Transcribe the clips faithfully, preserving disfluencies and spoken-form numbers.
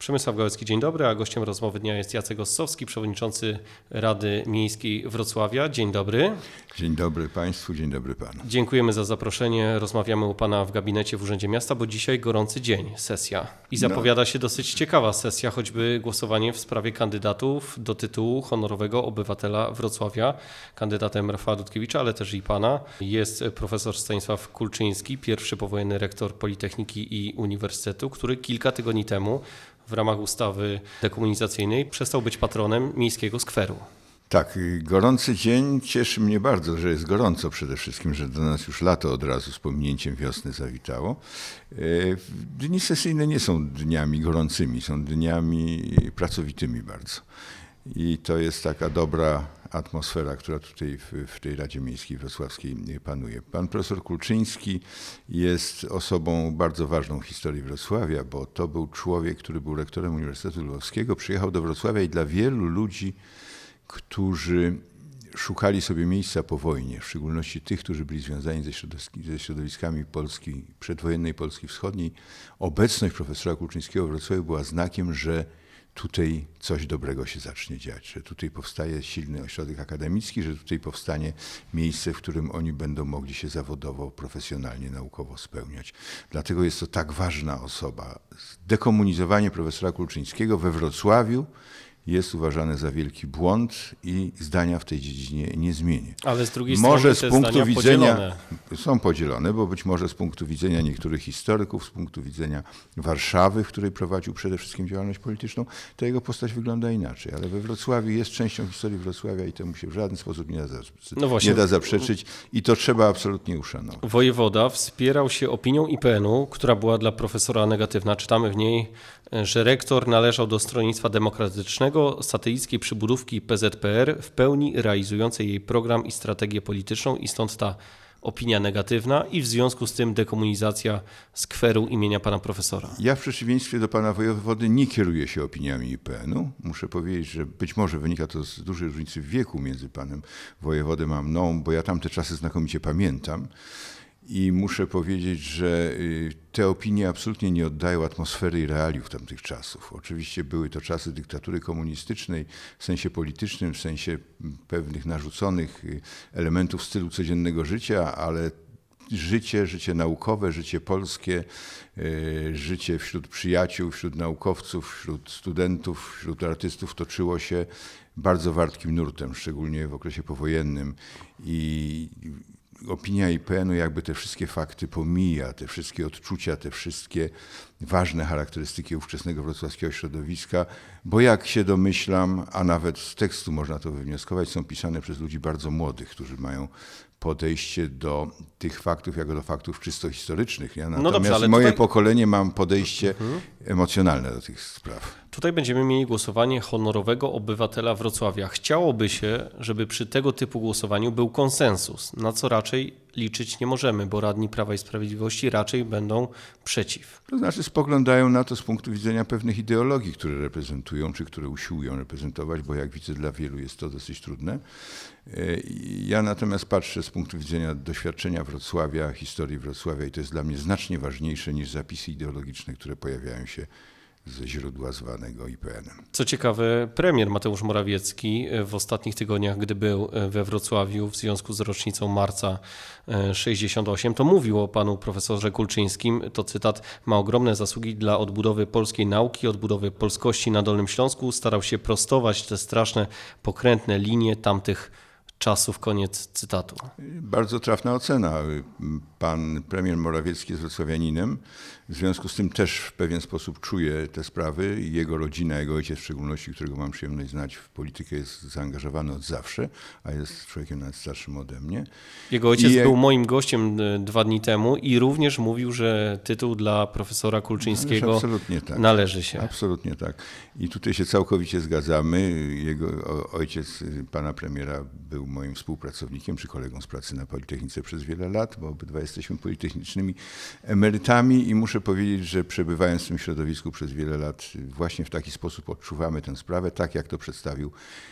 Przemysław Gałecki, dzień dobry, a gościem rozmowy dnia jest Jacek Ossowski, przewodniczący Rady Miejskiej Wrocławia. Dzień dobry. Dzień dobry Państwu, dzień dobry Panu. Dziękujemy za zaproszenie. Rozmawiamy u Pana w gabinecie w Urzędzie Miasta, bo dzisiaj gorący dzień, sesja. I zapowiada no. się dosyć ciekawa sesja, choćby głosowanie w sprawie kandydatów do tytułu honorowego obywatela Wrocławia. Kandydatem Rafała Dudkiewicza, ale też i Pana jest profesor Stanisław Kulczyński, pierwszy powojenny rektor Politechniki i Uniwersytetu, który kilka tygodni temu w ramach ustawy dekomunizacyjnej przestał być patronem miejskiego skweru. Tak, gorący dzień. Cieszy mnie bardzo, że jest gorąco przede wszystkim, że do nas już lato od razu z pominięciem wiosny zawitało. Dni sesyjne nie są dniami gorącymi, są dniami pracowitymi bardzo. I to jest taka dobra atmosfera, która tutaj w, w tej Radzie Miejskiej Wrocławskiej panuje. Pan profesor Kulczyński jest osobą bardzo ważną w historii Wrocławia, bo to był człowiek, który był rektorem Uniwersytetu Lwowskiego, przyjechał do Wrocławia i dla wielu ludzi, którzy szukali sobie miejsca po wojnie, w szczególności tych, którzy byli związani ze, ze środowiskami Polski, przedwojennej Polski Wschodniej, obecność profesora Kulczyńskiego w Wrocławiu była znakiem, że tutaj coś dobrego się zacznie dziać, że tutaj powstaje silny ośrodek akademicki, że tutaj powstanie miejsce, w którym oni będą mogli się zawodowo, profesjonalnie, naukowo spełniać. Dlatego jest to tak ważna osoba. Dekomunizowanie profesora Kulczyńskiego we Wrocławiu jest uważane za wielki błąd i zdania w tej dziedzinie nie zmienię. Ale z drugiej może strony z punktu zdania widzenia podzielone. Są podzielone, bo być może z punktu widzenia niektórych historyków, z punktu widzenia Warszawy, w której prowadził przede wszystkim działalność polityczną, to jego postać wygląda inaczej. Ale we Wrocławiu jest częścią historii Wrocławia i temu się w żaden sposób nie da, no właśnie, nie da zaprzeczyć i to trzeba absolutnie uszanować. Wojewoda wspierał się opinią I P N u, która była dla profesora negatywna. Czytamy w niej, że rektor należał do stronnictwa demokratycznego, satelickiej przybudówki P Z P R, w pełni realizującej jej program i strategię polityczną i stąd ta opinia negatywna i w związku z tym dekomunizacja skweru imienia pana profesora. Ja w przeciwieństwie do pana wojewody nie kieruję się opiniami I P N u. Muszę powiedzieć, że być może wynika to z dużej różnicy w wieku między panem wojewodą a mną, bo ja tamte czasy znakomicie pamiętam. I muszę powiedzieć, że te opinie absolutnie nie oddają atmosfery i realiów tamtych czasów. Oczywiście były to czasy dyktatury komunistycznej w sensie politycznym, w sensie pewnych narzuconych elementów stylu codziennego życia, ale życie, życie naukowe, życie polskie, życie wśród przyjaciół, wśród naukowców, wśród studentów, wśród artystów toczyło się bardzo wartkim nurtem, szczególnie w okresie powojennym. I opinia I P N u jakby te wszystkie fakty pomija, te wszystkie odczucia, te wszystkie ważne charakterystyki ówczesnego wrocławskiego środowiska, bo jak się domyślam, a nawet z tekstu można to wywnioskować, są pisane przez ludzi bardzo młodych, którzy mają podejście do tych faktów jako do faktów czysto historycznych. Ja natomiast no dobrze, ale moje tutaj pokolenie mam podejście mhm. emocjonalne do tych spraw. Tutaj będziemy mieli głosowanie honorowego obywatela Wrocławia. Chciałoby się, żeby przy tego typu głosowaniu był konsensus, na co raczej liczyć nie możemy, bo radni Prawa i Sprawiedliwości raczej będą przeciw. To znaczy spoglądają na to z punktu widzenia pewnych ideologii, które reprezentują, czy które usiłują reprezentować, bo jak widzę, dla wielu jest to dosyć trudne. Ja natomiast patrzę z punktu widzenia doświadczenia Wrocławia, historii Wrocławia i to jest dla mnie znacznie ważniejsze niż zapisy ideologiczne, które pojawiają się ze źródła zwanego I P N em. Co ciekawe, premier Mateusz Morawiecki w ostatnich tygodniach, gdy był we Wrocławiu w związku z rocznicą marca sześćdziesiąt osiem, to mówił o panu profesorze Kulczyńskim, to cytat, ma ogromne zasługi dla odbudowy polskiej nauki, odbudowy polskości na Dolnym Śląsku, starał się prostować te straszne, pokrętne linie tamtych czasów, koniec cytatu. Bardzo trafna ocena. Pan premier Morawiecki jest wrocławianinem, w związku z tym też w pewien sposób czuje te sprawy. Jego rodzina, jego ojciec w szczególności, którego mam przyjemność znać w politykę, jest zaangażowany od zawsze, a jest człowiekiem nawet starszym ode mnie. Jego ojciec I... był moim gościem dwa dni temu i również mówił, że tytuł dla profesora Kulczyńskiego tak. należy się. Absolutnie tak. I tutaj się całkowicie zgadzamy. Jego ojciec pana premiera był moim współpracownikiem czy kolegą z pracy na Politechnice przez wiele lat, bo obydwa jesteśmy politechnicznymi emerytami i muszę muszę powiedzieć, że przebywając w tym środowisku przez wiele lat, właśnie w taki sposób odczuwamy tę sprawę, tak jak to przedstawił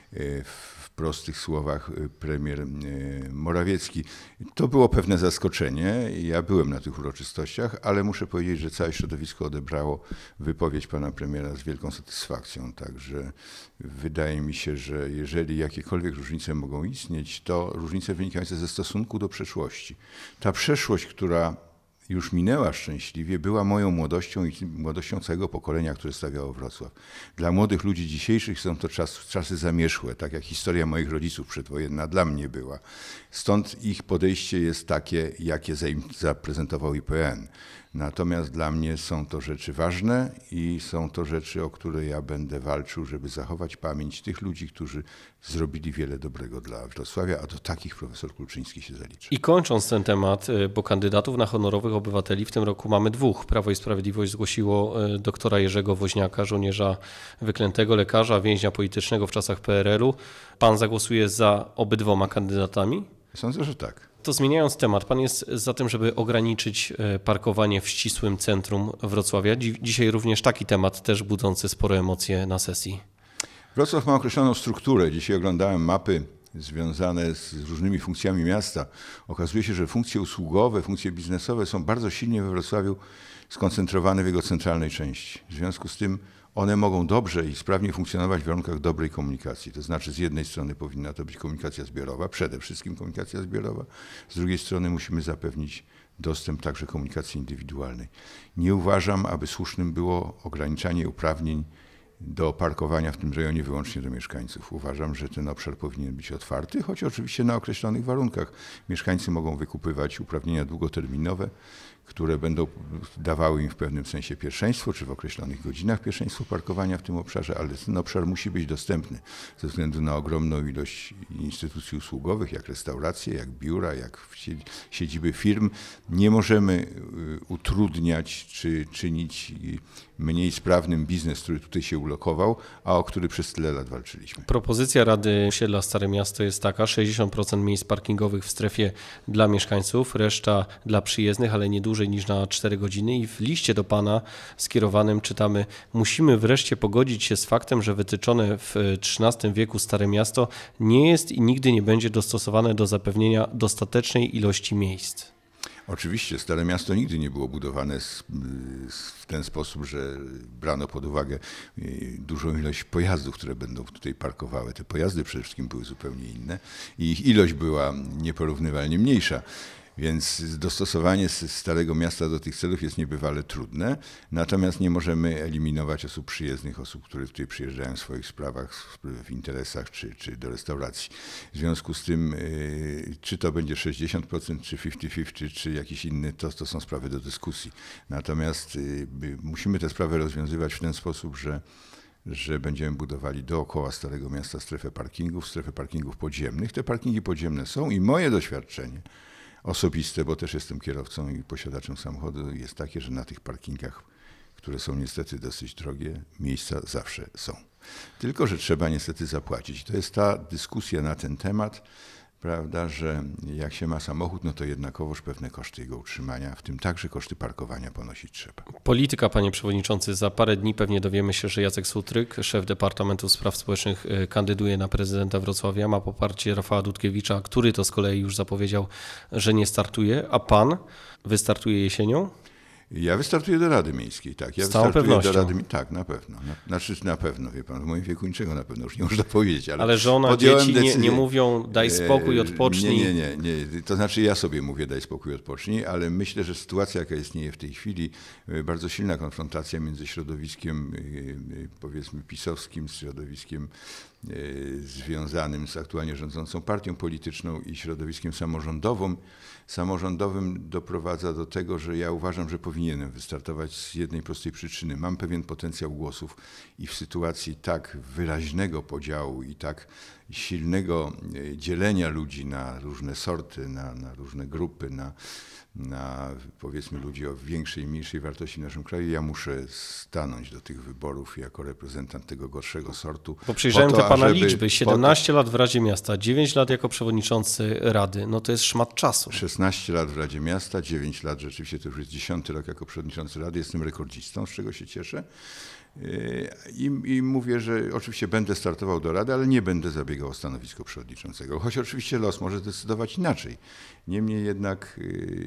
w prostych słowach premier Morawiecki. To było pewne zaskoczenie. Ja byłem na tych uroczystościach, ale muszę powiedzieć, że całe środowisko odebrało wypowiedź pana premiera z wielką satysfakcją. Także wydaje mi się, że jeżeli jakiekolwiek różnice mogą istnieć, to różnice wynikające ze stosunku do przeszłości. Ta przeszłość, która już minęła szczęśliwie, była moją młodością i młodością całego pokolenia, które stawiało Wrocław. Dla młodych ludzi dzisiejszych są to czas, czasy zamierzchłe, tak jak historia moich rodziców przedwojenna dla mnie była. Stąd ich podejście jest takie, jakie zaprezentował I P N. Natomiast dla mnie są to rzeczy ważne i są to rzeczy, o które ja będę walczył, żeby zachować pamięć tych ludzi, którzy zrobili wiele dobrego dla Wrocławia, a do takich profesor Kulczyński się zaliczy. I kończąc ten temat, bo kandydatów na honorowych obywateli w tym roku mamy dwóch. Prawo i Sprawiedliwość zgłosiło doktora Jerzego Woźniaka, żołnierza wyklętego, lekarza, więźnia politycznego w czasach P R L-u. Pan zagłosuje za obydwoma kandydatami? Sądzę, że tak. To zmieniając temat, pan jest za tym, żeby ograniczyć parkowanie w ścisłym centrum Wrocławia. Dzisiaj również taki temat, też budzący spore emocje na sesji. Wrocław ma określoną strukturę. Dzisiaj oglądałem mapy związane z różnymi funkcjami miasta. Okazuje się, że funkcje usługowe, funkcje biznesowe są bardzo silnie we Wrocławiu skoncentrowane w jego centralnej części. W związku z tym one mogą dobrze i sprawnie funkcjonować w warunkach dobrej komunikacji. To znaczy z jednej strony powinna to być komunikacja zbiorowa, przede wszystkim komunikacja zbiorowa, z drugiej strony musimy zapewnić dostęp także komunikacji indywidualnej. Nie uważam, aby słusznym było ograniczanie uprawnień do parkowania w tym rejonie wyłącznie do mieszkańców. Uważam, że ten obszar powinien być otwarty, choć oczywiście na określonych warunkach. Mieszkańcy mogą wykupywać uprawnienia długoterminowe, które będą dawały im w pewnym sensie pierwszeństwo, czy w określonych godzinach pierwszeństwo parkowania w tym obszarze, ale ten obszar musi być dostępny ze względu na ogromną ilość instytucji usługowych, jak restauracje, jak biura, jak siedziby firm. Nie możemy utrudniać czy czynić mniej sprawnym biznes, który tutaj się ulokował, a o który przez tyle lat walczyliśmy. Propozycja Rady Osiedla Stare Miasto jest taka: sześćdziesiąt procent miejsc parkingowych w strefie dla mieszkańców, reszta dla przyjezdnych, ale nie dłużej niż na cztery godziny. I w liście do pana skierowanym czytamy: musimy wreszcie pogodzić się z faktem, że wytyczone w trzynastym wieku Stare Miasto nie jest i nigdy nie będzie dostosowane do zapewnienia dostatecznej ilości miejsc. Oczywiście Stare Miasto nigdy nie było budowane w ten sposób, że brano pod uwagę dużą ilość pojazdów, które będą tutaj parkowały. Te pojazdy przede wszystkim były zupełnie inne i ich ilość była nieporównywalnie mniejsza. Więc dostosowanie Starego Miasta do tych celów jest niebywale trudne, natomiast nie możemy eliminować osób przyjezdnych, osób, które tutaj przyjeżdżają w swoich sprawach, w interesach czy, czy do restauracji. W związku z tym, czy to będzie sześćdziesiąt procent, czy pięćdziesiąt pięćdziesiąt, czy jakiś inny, to, to są sprawy do dyskusji. Natomiast musimy te sprawy rozwiązywać w ten sposób, że że będziemy budowali dookoła Starego Miasta strefę parkingów, strefę parkingów podziemnych. Te parkingi podziemne są i moje doświadczenie osobiste, bo też jestem kierowcą i posiadaczem samochodu, jest takie, że na tych parkingach, które są niestety dosyć drogie, miejsca zawsze są. Tylko że trzeba niestety zapłacić. To jest ta dyskusja na ten temat, prawda, że jak się ma samochód, no to jednakowoż pewne koszty jego utrzymania, w tym także koszty parkowania ponosić trzeba. Polityka, panie przewodniczący. Za parę dni pewnie dowiemy się, że Jacek Sutryk, szef Departamentu Spraw Społecznych, kandyduje na prezydenta Wrocławia, ma poparcie Rafała Dudkiewicza, który to z kolei już zapowiedział, że nie startuje, a pan wystartuje jesienią? Ja wystartuję do Rady Miejskiej, tak. Ja Z całą wystartuję pewnością. do Rady, tak, na pewno. Na, znaczy na pewno, wie pan, w moim wieku niczego na pewno już nie można powiedzieć. Ale, ale żona, dzieci nie, nie mówią daj spokój, odpocznij. Nie, nie, nie, nie. To znaczy ja sobie mówię daj spokój, odpocznij, ale myślę, że sytuacja, jaka istnieje w tej chwili, bardzo silna konfrontacja między środowiskiem, powiedzmy, pisowskim, z środowiskiem związanym z aktualnie rządzącą partią polityczną i środowiskiem samorządowym, samorządowym doprowadza do tego, że ja uważam, że powinienem wystartować z jednej prostej przyczyny. Mam pewien potencjał głosów i w sytuacji tak wyraźnego podziału i tak silnego dzielenia ludzi na różne sorty, na, na różne grupy, na, na powiedzmy ludzi o większej i mniejszej wartości w naszym kraju, ja muszę stanąć do tych wyborów jako reprezentant tego gorszego sortu. Bo przyjrzałem po te to, pana ażeby, liczby, siedemnaście lat w Radzie Miasta, dziewięć lat jako przewodniczący Rady, no to jest szmat czasu. szesnaście lat w Radzie Miasta, dziewięć lat rzeczywiście, to już jest dziesiąty rok jako przewodniczący Rady, jestem rekordzistą, z czego się cieszę. I, I mówię, że oczywiście będę startował do Rady, ale nie będę zabiegał o stanowisko przewodniczącego, choć oczywiście los może decydować inaczej. Niemniej jednak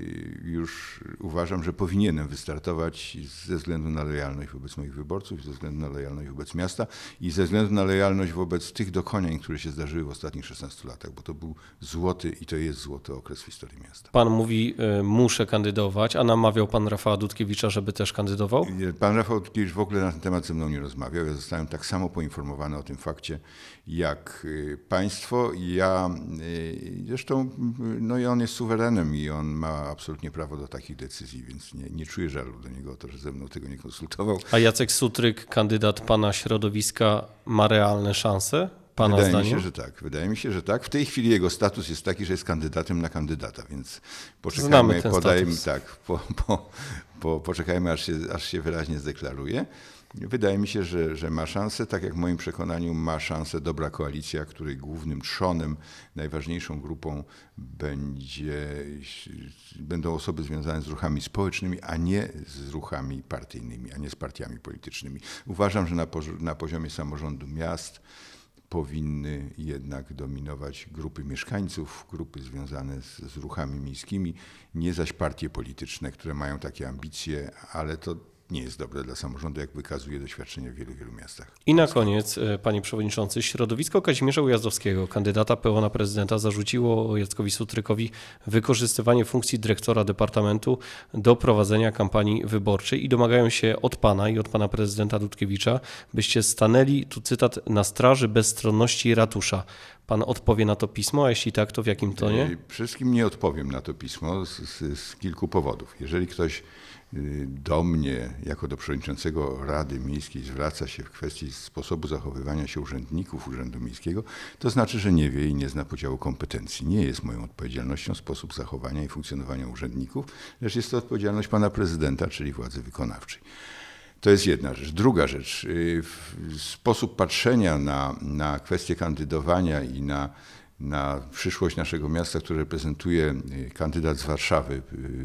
już uważam, że powinienem wystartować ze względu na lojalność wobec moich wyborców, ze względu na lojalność wobec miasta i ze względu na lojalność wobec tych dokonań, które się zdarzyły w ostatnich szesnastu latach, bo to był złoty i to jest złoty okres w historii miasta. Pan mówi, muszę kandydować, a namawiał pan Rafała Dudkiewicza, żeby też kandydował? Pan Rafał Dudkiewicz w ogóle na ten temat ze mną nie rozmawiał. Ja zostałem tak samo poinformowany o tym fakcie, jak państwo. Ja, zresztą, no i on jest suwerenem i on ma absolutnie prawo do takich decyzji, więc nie, nie czuję żalu do niego o to, że ze mną tego nie konsultował. A Jacek Sutryk, kandydat pana środowiska, ma realne szanse? Pana Wydaje zdaniem? mi się, że tak. Wydaje mi się, że tak. W tej chwili jego status jest taki, że jest kandydatem na kandydata, więc poczekajmy, Znamy ten podajmy, status. tak, po, po, po, poczekajmy, aż się, aż się wyraźnie zdeklaruje. Wydaje mi się, że, że ma szansę, tak jak w moim przekonaniu ma szansę dobra koalicja, której głównym trzonem, najważniejszą grupą będzie, będą osoby związane z ruchami społecznymi, a nie z ruchami partyjnymi, a nie z partiami politycznymi. Uważam, że na, na poziomie samorządu miast powinny jednak dominować grupy mieszkańców, grupy związane z, z ruchami miejskimi, nie zaś partie polityczne, które mają takie ambicje, ale to nie jest dobre dla samorządu, jak wykazuje doświadczenie w wielu, wielu miastach. I na koniec, panie przewodniczący, środowisko Kazimierza Ujazdowskiego, kandydata P O na prezydenta, zarzuciło Jackowi Sutrykowi wykorzystywanie funkcji dyrektora departamentu do prowadzenia kampanii wyborczej i domagają się od pana i od pana prezydenta Dudkiewicza, byście stanęli, tu cytat, na straży bezstronności ratusza. Pan odpowie na to pismo, a jeśli tak, to w jakim tonie? Przede wszystkim nie odpowiem na to pismo z, z, z kilku powodów. Jeżeli ktoś do mnie, jako do przewodniczącego Rady Miejskiej, zwraca się w kwestii sposobu zachowywania się urzędników Urzędu Miejskiego, to znaczy, że nie wie i nie zna podziału kompetencji. Nie jest moją odpowiedzialnością sposób zachowania i funkcjonowania urzędników, lecz jest to odpowiedzialność pana prezydenta, czyli władzy wykonawczej. To jest jedna rzecz. Druga rzecz, sposób patrzenia na, na kwestię kandydowania i na na przyszłość naszego miasta, które reprezentuje kandydat z Warszawy,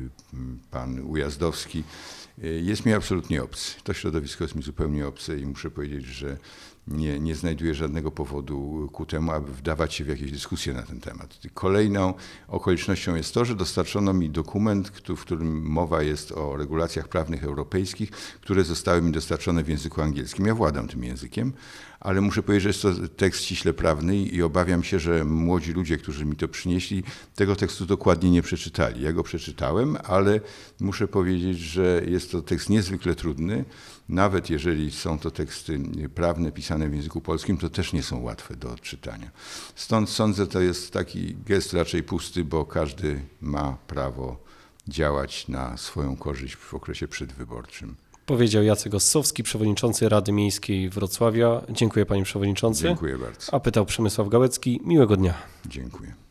pan Ujazdowski, jest mi absolutnie obcy. To środowisko jest mi zupełnie obce i muszę powiedzieć, że nie, nie znajduję żadnego powodu ku temu, aby wdawać się w jakieś dyskusje na ten temat. Kolejną okolicznością jest to, że dostarczono mi dokument, w którym mowa jest o regulacjach prawnych europejskich, które zostały mi dostarczone w języku angielskim. Ja władam tym językiem, ale muszę powiedzieć, że jest to tekst ściśle prawny i obawiam się, że młodzi ludzie, którzy mi to przynieśli, tego tekstu dokładnie nie przeczytali. Ja go przeczytałem, ale muszę powiedzieć, że jest to tekst niezwykle trudny. Nawet jeżeli są to teksty prawne pisane w języku polskim, to też nie są łatwe do odczytania. Stąd sądzę, to jest taki gest raczej pusty, bo każdy ma prawo działać na swoją korzyść w okresie przedwyborczym. Powiedział Jacek Ossowski, przewodniczący Rady Miejskiej Wrocławia. Dziękuję panie przewodniczący. Dziękuję bardzo. A pytał Przemysław Gałecki. Miłego dnia. Dziękuję.